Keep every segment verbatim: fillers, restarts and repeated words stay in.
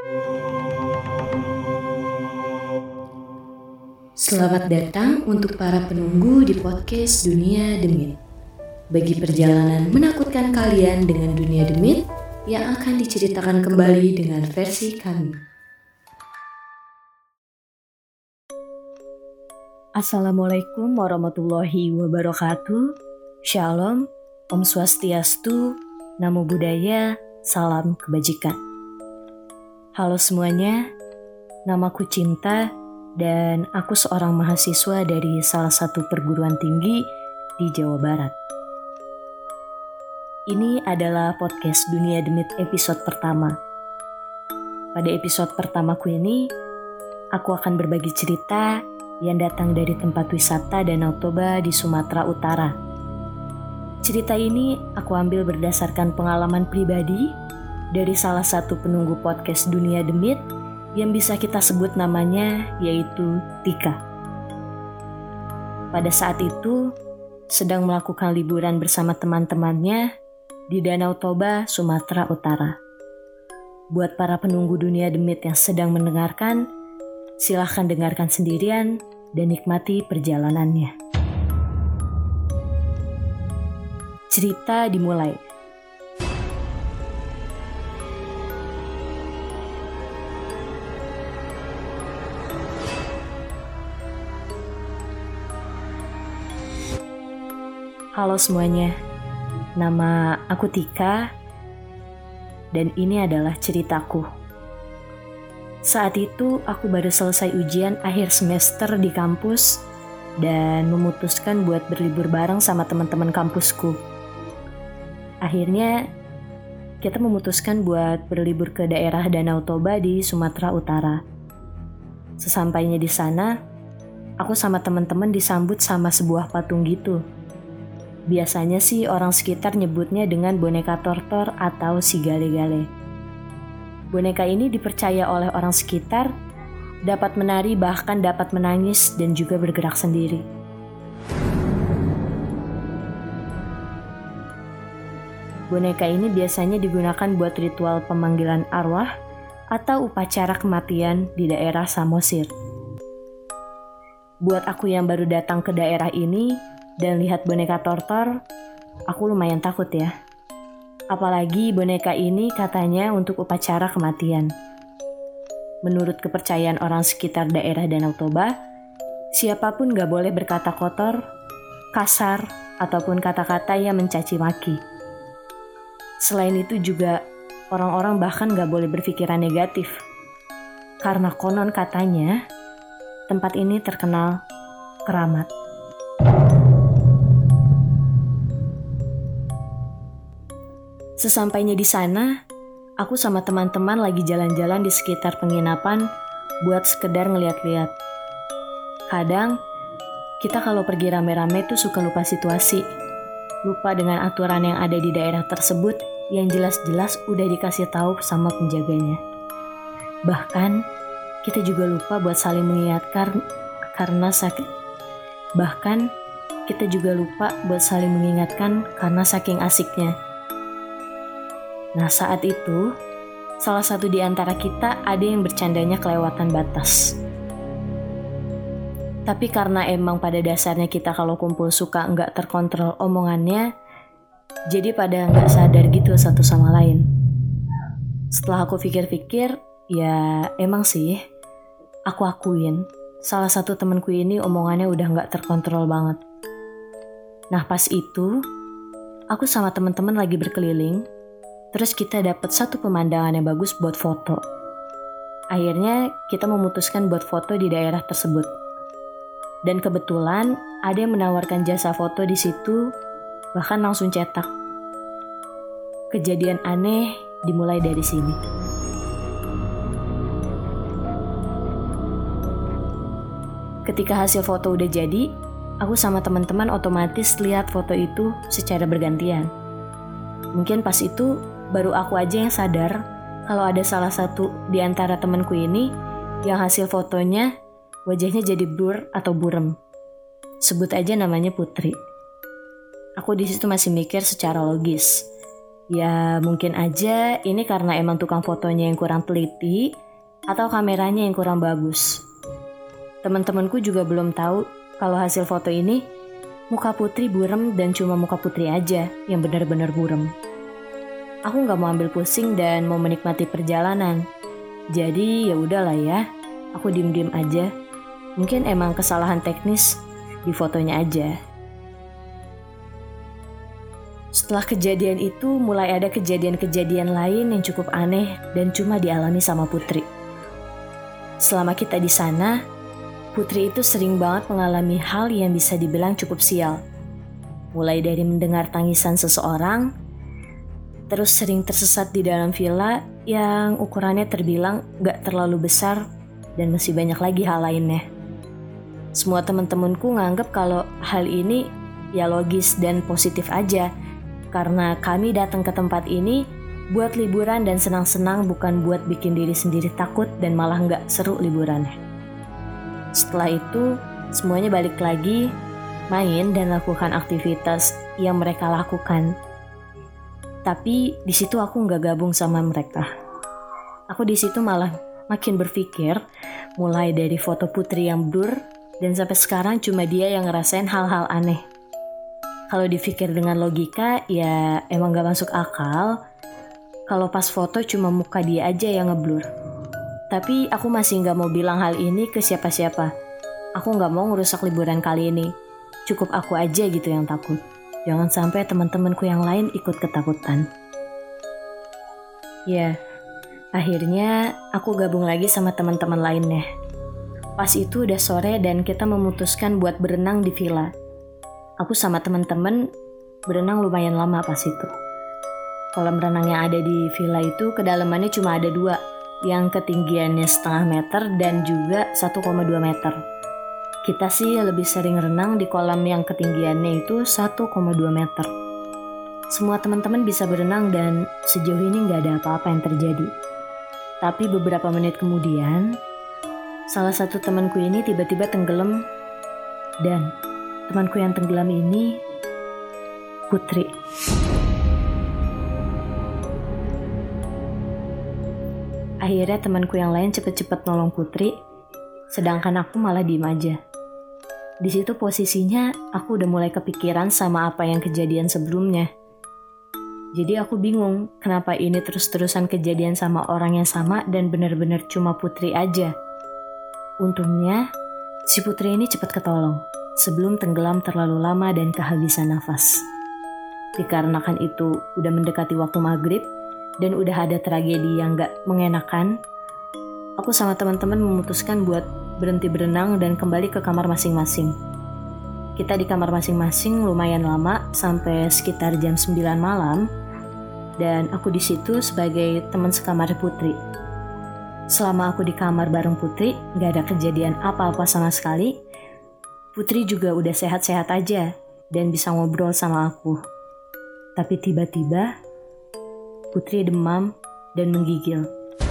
Selamat datang untuk para penunggu di podcast Dunia Demit. Bagi perjalanan menakutkan kalian dengan Dunia Demit yang akan diceritakan kembali dengan versi kami. Assalamualaikum warahmatullahi wabarakatuh. Shalom, Om Swastiastu, Namo Buddhaya, salam kebajikan. Halo semuanya, namaku Cinta dan aku seorang mahasiswa dari salah satu perguruan tinggi di Jawa Barat. Ini adalah podcast Dunia Demit episode pertama. Pada episode pertamaku ini, aku akan berbagi cerita yang datang dari tempat wisata Danau Toba di Sumatera Utara. Cerita ini aku ambil berdasarkan pengalaman pribadi dari salah satu penunggu podcast Dunia Demit yang bisa kita sebut namanya yaitu Tika. Pada saat itu, sedang melakukan liburan bersama teman-temannya di Danau Toba, Sumatera Utara. Buat para penunggu Dunia Demit yang sedang mendengarkan, silahkan dengarkan sendirian dan nikmati perjalanannya. Cerita dimulai. Halo semuanya, nama aku Tika dan ini adalah ceritaku. Saat itu aku baru selesai ujian akhir semester di kampus dan memutuskan buat berlibur bareng sama teman-teman kampusku. Akhirnya kita memutuskan buat berlibur ke daerah Danau Toba di Sumatera Utara. Sesampainya di sana, aku sama teman-teman disambut sama sebuah patung gitu. Biasanya sih orang sekitar nyebutnya dengan boneka tortor atau si gale-gale. Boneka ini dipercaya oleh orang sekitar dapat menari bahkan dapat menangis dan juga bergerak sendiri. Boneka ini biasanya digunakan buat ritual pemanggilan arwah atau upacara kematian di daerah Samosir. Buat aku yang baru datang ke daerah ini dan lihat boneka tortor, aku lumayan takut ya. Apalagi boneka ini katanya untuk upacara kematian. Menurut kepercayaan orang sekitar daerah Danau Toba, siapapun gak boleh berkata kotor, kasar, ataupun kata-kata yang mencaci maki. Selain itu juga, orang-orang bahkan gak boleh berpikiran negatif. Karena konon katanya, tempat ini terkenal keramat. Sesampainya di sana, aku sama teman-teman lagi jalan-jalan di sekitar penginapan buat sekedar ngeliat-liat. Kadang, kita kalau pergi rame-rame tuh suka lupa situasi. Lupa dengan aturan yang ada di daerah tersebut yang jelas-jelas udah dikasih tahu sama penjaganya. Bahkan, kita juga lupa buat saling mengingatkan karena sakit. Bahkan, kita juga lupa buat saling mengingatkan karena saking asiknya. Nah saat itu, salah satu di antara kita ada yang bercandanya kelewatan batas. Tapi karena emang pada dasarnya kita kalau kumpul suka nggak terkontrol omongannya, jadi pada nggak sadar gitu satu sama lain. Setelah aku pikir-pikir, ya emang sih, aku akuin salah satu temanku ini omongannya udah nggak terkontrol banget. Nah pas itu, aku sama teman-teman lagi berkeliling. Terus kita dapat satu pemandangan yang bagus buat foto. Akhirnya kita memutuskan buat foto di daerah tersebut. Dan kebetulan ada yang menawarkan jasa foto di situ, bahkan langsung cetak. Kejadian aneh dimulai dari sini. Ketika hasil foto udah jadi, aku sama teman-teman otomatis lihat foto itu secara bergantian. Mungkin pas itu baru aku aja yang sadar kalau ada salah satu di antara temanku ini yang hasil fotonya wajahnya jadi blur atau burem. Sebut aja namanya Putri. Aku di situ masih mikir secara logis. Ya mungkin aja ini karena emang tukang fotonya yang kurang teliti atau kameranya yang kurang bagus. Teman-temanku juga belum tahu kalau hasil foto ini muka Putri burem dan cuma muka Putri aja yang benar-benar burem. Aku nggak mau ambil pusing dan mau menikmati perjalanan. Jadi ya udahlah ya, aku diem-diem aja. Mungkin emang kesalahan teknis di fotonya aja. Setelah kejadian itu mulai ada kejadian-kejadian lain yang cukup aneh dan cuma dialami sama Putri. Selama kita di sana, Putri itu sering banget mengalami hal yang bisa dibilang cukup sial. Mulai dari mendengar tangisan seseorang, terus sering tersesat di dalam villa yang ukurannya terbilang gak terlalu besar dan masih banyak lagi hal lainnya. Semua teman-temanku nganggep kalau hal ini ya logis dan positif aja. Karena kami datang ke tempat ini buat liburan dan senang-senang, bukan buat bikin diri sendiri takut dan malah nggak seru liburannya. Setelah itu semuanya balik lagi main dan lakukan aktivitas yang mereka lakukan. Tapi di situ aku nggak gabung sama mereka. Aku di situ malah makin berpikir, mulai dari foto Putri yang blur dan sampai sekarang cuma dia yang ngerasain hal-hal aneh. Kalau dipikir dengan logika, ya emang gak masuk akal kalau pas foto cuma muka dia aja yang ngeblur. Tapi aku masih gak mau bilang hal ini ke siapa-siapa. Aku gak mau ngerusak liburan kali ini. Cukup aku aja gitu yang takut. Jangan sampai teman-temanku yang lain ikut ketakutan. Ya, akhirnya aku gabung lagi sama teman-teman lainnya. Pas itu udah sore dan kita memutuskan buat berenang di villa. Aku sama teman-teman berenang lumayan lama pas itu. Kolam renang yang ada di villa itu kedalamannya cuma ada dua, yang ketinggiannya setengah meter dan juga satu koma dua meter. Kita sih lebih sering renang di kolam yang ketinggiannya itu satu koma dua meter. Semua teman-teman bisa berenang dan sejauh ini nggak ada apa-apa yang terjadi. Tapi beberapa menit kemudian, salah satu temanku ini tiba-tiba tenggelam dan temanku yang tenggelam ini Putri. Akhirnya temanku yang lain cepet-cepet nolong Putri, sedangkan aku malah diem aja. Di situ posisinya aku udah mulai kepikiran sama apa yang kejadian sebelumnya. Jadi aku bingung kenapa ini terus-terusan kejadian sama orang yang sama dan benar-benar cuma Putri aja. Untungnya si Putri ini cepat ketolong sebelum tenggelam terlalu lama dan kehabisan nafas. Dikarenakan itu udah mendekati waktu maghrib dan udah ada tragedi yang gak mengenakan, aku sama teman-teman memutuskan buat berhenti berenang dan kembali ke kamar masing-masing. Kita di kamar masing-masing lumayan lama sampai sekitar jam sembilan malam dan aku di situ sebagai teman sekamar Putri. Selama aku di kamar bareng Putri, gak ada kejadian apa-apa sama sekali. Putri juga udah sehat-sehat aja dan bisa ngobrol sama aku. Tapi tiba-tiba Putri demam dan menggigil.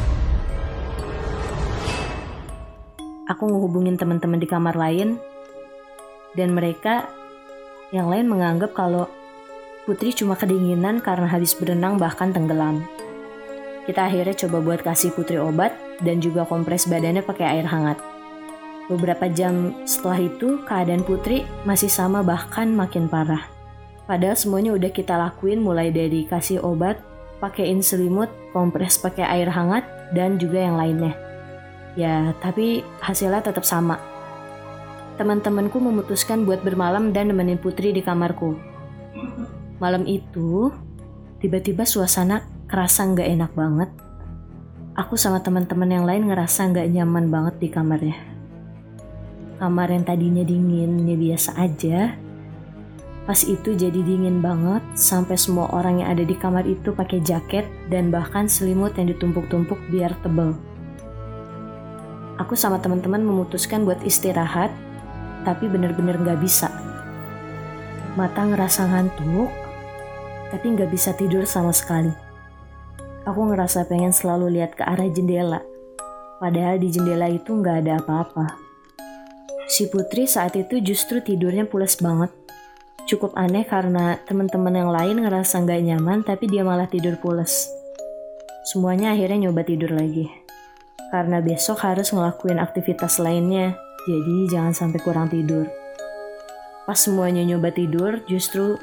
Aku ngehubungin teman-teman di kamar lain dan mereka yang lain menganggap kalau Putri cuma kedinginan karena habis berenang bahkan tenggelam. Kita akhirnya coba buat kasih Putri obat dan juga kompres badannya pakai air hangat. Beberapa jam setelah itu, keadaan Putri masih sama bahkan makin parah. Padahal semuanya udah kita lakuin mulai dari kasih obat, pakein selimut, kompres pakai air hangat, dan juga yang lainnya. Ya, tapi hasilnya tetap sama. Teman-temanku memutuskan buat bermalam dan nemenin Putri di kamarku. Malam itu, tiba-tiba suasana kerasa nggak enak banget. Aku sama teman-teman yang lain ngerasa nggak nyaman banget di kamarnya. Kamar yang tadinya dinginnya biasa aja, pas itu jadi dingin banget sampai semua orang yang ada di kamar itu pakai jaket dan bahkan selimut yang ditumpuk-tumpuk biar tebal. Aku sama teman-teman memutuskan buat istirahat, tapi bener-bener nggak bisa. Mata ngerasa ngantuk, tapi nggak bisa tidur sama sekali. Aku ngerasa pengen selalu lihat ke arah jendela, padahal di jendela itu nggak ada apa-apa. Si Putri saat itu justru tidurnya pules banget. Cukup aneh karena teman-teman yang lain ngerasa nggak nyaman tapi dia malah tidur pules. Semuanya akhirnya nyoba tidur lagi. Karena besok harus ngelakuin aktivitas lainnya, jadi jangan sampai kurang tidur. Pas semuanya nyoba tidur, justru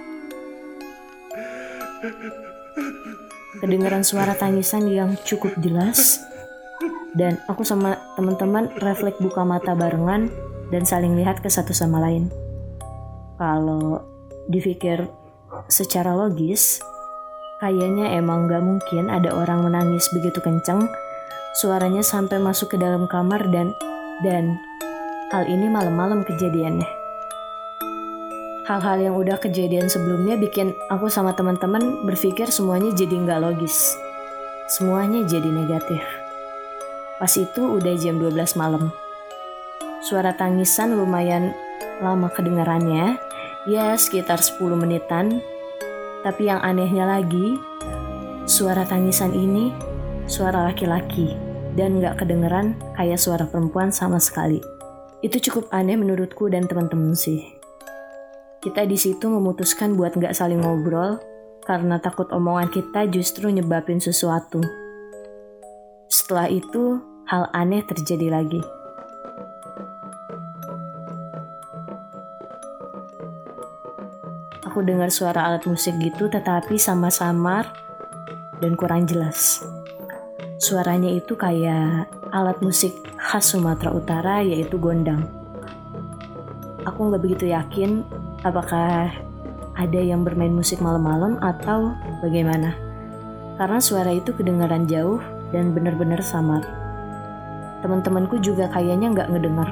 kedengaran suara tangisan yang cukup jelas. Dan aku sama teman-teman refleks buka mata barengan dan saling lihat ke satu sama lain. Kalau dipikir secara logis, kayaknya emang gak mungkin ada orang menangis begitu kencang, suaranya sampai masuk ke dalam kamar dan dan hal ini malam-malam kejadiannya. Hal-hal yang udah kejadian sebelumnya bikin aku sama teman-teman berpikir semuanya jadi gak logis. Semuanya jadi negatif. Pas itu udah jam dua belas malam. Suara tangisan lumayan lama kedengarannya, ya sekitar sepuluh menitan. Tapi yang anehnya lagi, suara tangisan ini suara laki-laki dan gak kedengeran kayak suara perempuan sama sekali. Itu cukup aneh menurutku dan teman-teman sih. Kita di situ memutuskan buat gak saling ngobrol karena takut omongan kita justru nyebabin sesuatu. Setelah itu, hal aneh terjadi lagi. Aku dengar suara alat musik gitu tetapi samar-samar dan kurang jelas. Suaranya itu kayak alat musik khas Sumatera Utara yaitu gondang. Aku gak begitu yakin apakah ada yang bermain musik malam-malam atau bagaimana. Karena suara itu kedengaran jauh dan benar-benar samar. Teman-temanku juga kayaknya gak ngedengar.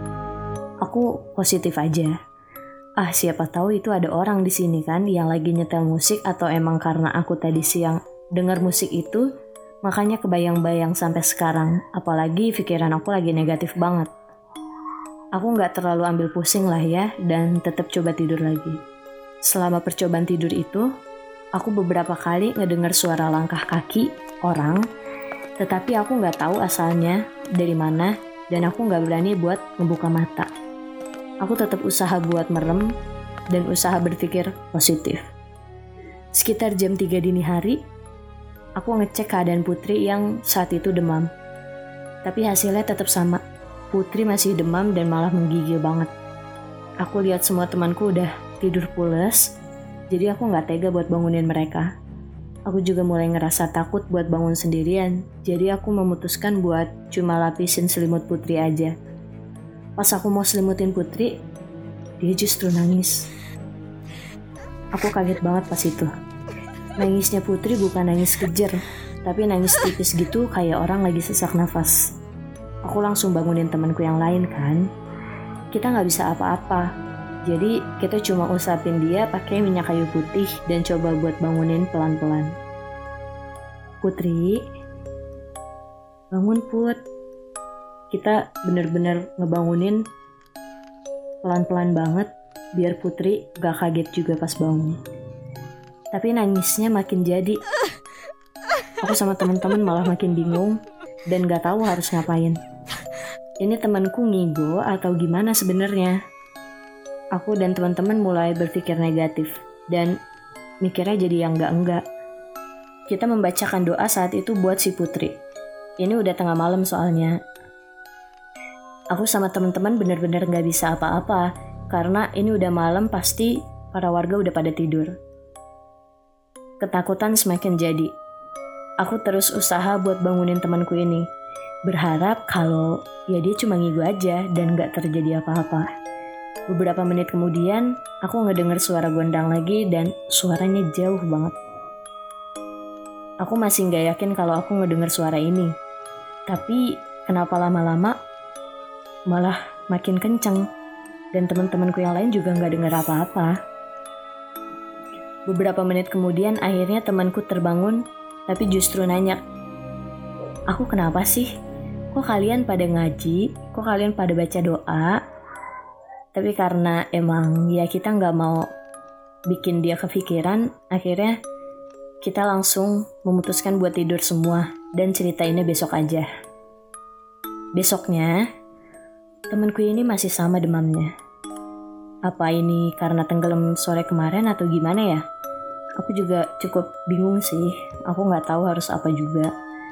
Aku positif aja. Ah, siapa tahu itu ada orang di sini kan yang lagi nyetel musik atau emang karena aku tadi siang dengar musik itu, makanya kebayang-bayang sampai sekarang. Apalagi pikiran aku lagi negatif banget. Aku gak terlalu ambil pusing lah ya dan tetap coba tidur lagi. Selama percobaan tidur itu, aku beberapa kali ngedengar suara langkah kaki orang, tetapi aku gak tahu asalnya dari mana dan aku gak berani buat ngebuka mata. Aku tetap usaha buat merem dan usaha berpikir positif. Sekitar jam tiga dini hari, aku ngecek keadaan Putri yang saat itu demam. Tapi hasilnya tetap sama. Putri masih demam dan malah menggigil banget. Aku lihat semua temanku udah tidur pules, jadi aku gak tega buat bangunin mereka. Aku juga mulai ngerasa takut buat bangun sendirian, jadi aku memutuskan buat cuma lapisin selimut Putri aja. Pas aku mau selimutin Putri, dia justru nangis. Aku kaget banget pas itu. Nangisnya Putri bukan nangis kejer, tapi nangis tipis gitu kayak orang lagi sesak nafas. Aku langsung bangunin temanku yang lain kan. Kita gak bisa apa-apa. Jadi kita cuma usapin dia pakai minyak kayu putih dan coba buat bangunin pelan-pelan. Putri, bangun Put. Kita bener-bener ngebangunin pelan-pelan banget biar Putri gak kaget juga pas bangun. Tapi nangisnya makin jadi. Aku sama teman-teman malah makin bingung dan gak tahu harus ngapain. Ini temanku ngigo atau gimana sebenarnya? Aku dan teman-teman mulai berpikir negatif dan mikirnya jadi yang enggak-enggak. Kita membacakan doa saat itu buat si Putri. Ini udah tengah malam soalnya. Aku sama teman-teman bener-bener gak bisa apa-apa karena ini udah malam pasti para warga udah pada tidur. Ketakutan semakin jadi. Aku terus usaha buat bangunin temanku ini. Berharap kalau ya dia cuma ngigo aja dan gak terjadi apa-apa. Beberapa menit kemudian, aku ngedenger suara gondang lagi dan suaranya jauh banget. Aku masih gak yakin kalau aku ngedenger suara ini. Tapi kenapa lama-lama malah makin kenceng dan teman-temanku yang lain juga gak denger apa-apa. Beberapa menit kemudian akhirnya temanku terbangun tapi justru nanya, "Aku kenapa sih? Kok kalian pada ngaji? Kok kalian pada baca doa?" Tapi karena emang ya kita gak mau bikin dia kepikiran, akhirnya kita langsung memutuskan buat tidur semua dan ceritainnya besok aja. Besoknya, temanku ini masih sama demamnya. Apa ini karena tenggelam sore kemarin atau gimana ya? Aku juga cukup bingung sih. Aku nggak tahu harus apa juga.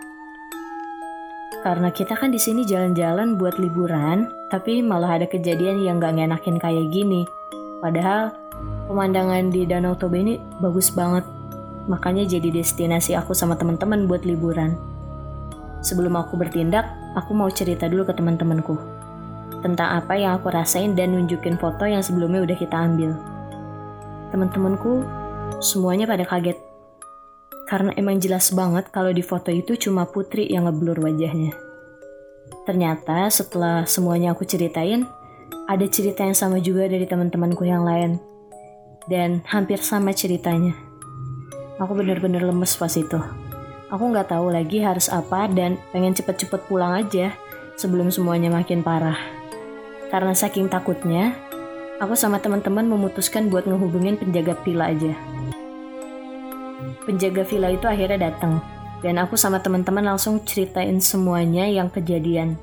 Karena kita kan di sini jalan-jalan buat liburan, tapi malah ada kejadian yang nggak ngenakin kayak gini. Padahal pemandangan di Danau Toba ini bagus banget. Makanya jadi destinasi aku sama teman-teman buat liburan. Sebelum aku bertindak, aku mau cerita dulu ke teman-temanku tentang apa yang aku rasain dan nunjukin foto yang sebelumnya udah kita ambil. Teman-temanku semuanya pada kaget. Karena emang jelas banget kalau di foto itu cuma Putri yang ngeblur wajahnya. Ternyata setelah semuanya aku ceritain, ada cerita yang sama juga dari teman-temanku yang lain. Dan hampir sama ceritanya. Aku bener-bener lemes pas itu. Aku gak tahu lagi harus apa dan pengen cepet-cepet pulang aja sebelum semuanya makin parah. Karena saking takutnya, aku sama teman-teman memutuskan buat ngehubungin penjaga villa aja. Penjaga villa itu akhirnya datang, dan aku sama teman-teman langsung ceritain semuanya yang kejadian.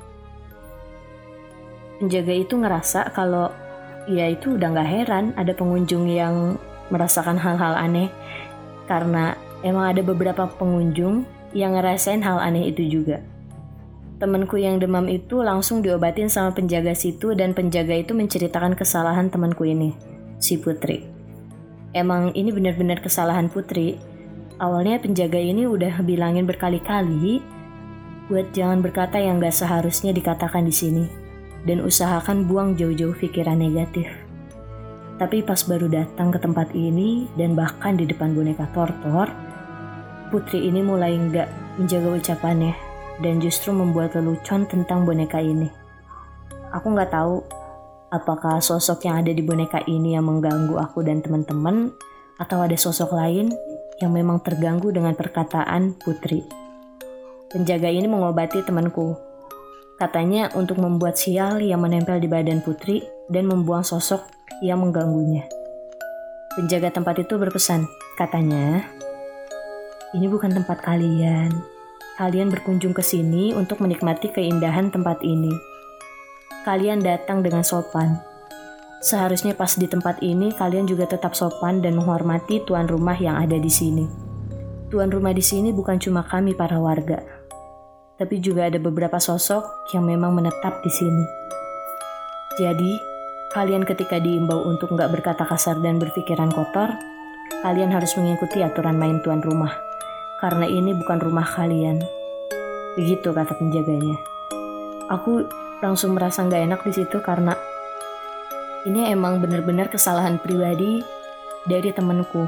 Penjaga itu ngerasa kalau ya itu udah gak heran ada pengunjung yang merasakan hal-hal aneh, karena emang ada beberapa pengunjung yang ngerasain hal aneh itu juga. Temanku yang demam itu langsung diobatin sama penjaga situ dan penjaga itu menceritakan kesalahan temanku ini, si Putri. Emang ini benar-benar kesalahan Putri. Awalnya penjaga ini udah bilangin berkali-kali buat jangan berkata yang gak seharusnya dikatakan di sini dan usahakan buang jauh-jauh pikiran negatif. Tapi pas baru datang ke tempat ini dan bahkan di depan boneka Tortor, Putri ini mulai gak menjaga ucapannya dan justru membuat lelucon tentang boneka ini. Aku gak tahu apakah sosok yang ada di boneka ini yang mengganggu aku dan teman-teman, atau ada sosok lain yang memang terganggu dengan perkataan Putri. Penjaga ini mengobati temanku. Katanya untuk membuat sial yang menempel di badan Putri dan membuang sosok yang mengganggunya. Penjaga tempat itu berpesan, katanya, "Ini bukan tempat kalian. Kalian berkunjung ke sini untuk menikmati keindahan tempat ini. Kalian datang dengan sopan. Seharusnya pas di tempat ini kalian juga tetap sopan dan menghormati tuan rumah yang ada di sini. Tuan rumah di sini bukan cuma kami para warga, tapi juga ada beberapa sosok yang memang menetap di sini. Jadi, kalian ketika diimbau untuk nggak berkata kasar dan berpikiran kotor, kalian harus mengikuti aturan main tuan rumah. Karena ini bukan rumah kalian." Begitu kata penjaganya. Aku langsung merasa nggak enak di situ karena ini emang benar-benar kesalahan pribadi dari temanku.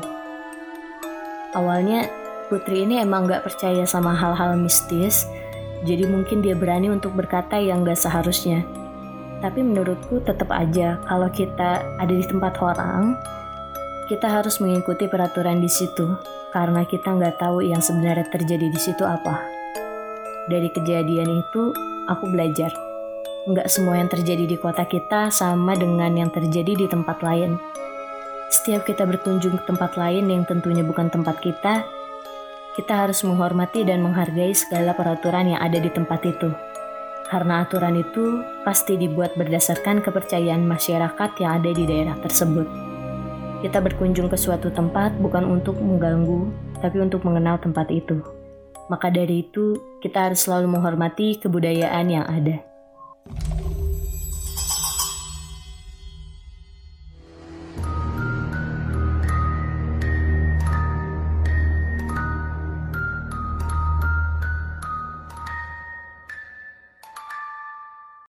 Awalnya Putri ini emang nggak percaya sama hal-hal mistis, jadi mungkin dia berani untuk berkata yang nggak seharusnya. Tapi menurutku tetap aja kalau kita ada di tempat orang, kita harus mengikuti peraturan di situ. Karena kita nggak tahu yang sebenarnya terjadi di situ apa. Dari kejadian itu, aku belajar. Nggak semua yang terjadi di kota kita sama dengan yang terjadi di tempat lain. Setiap kita berkunjung ke tempat lain yang tentunya bukan tempat kita, kita harus menghormati dan menghargai segala peraturan yang ada di tempat itu. Karena aturan itu pasti dibuat berdasarkan kepercayaan masyarakat yang ada di daerah tersebut. Kita berkunjung ke suatu tempat bukan untuk mengganggu, tapi untuk mengenal tempat itu. Maka dari itu, kita harus selalu menghormati kebudayaan yang ada.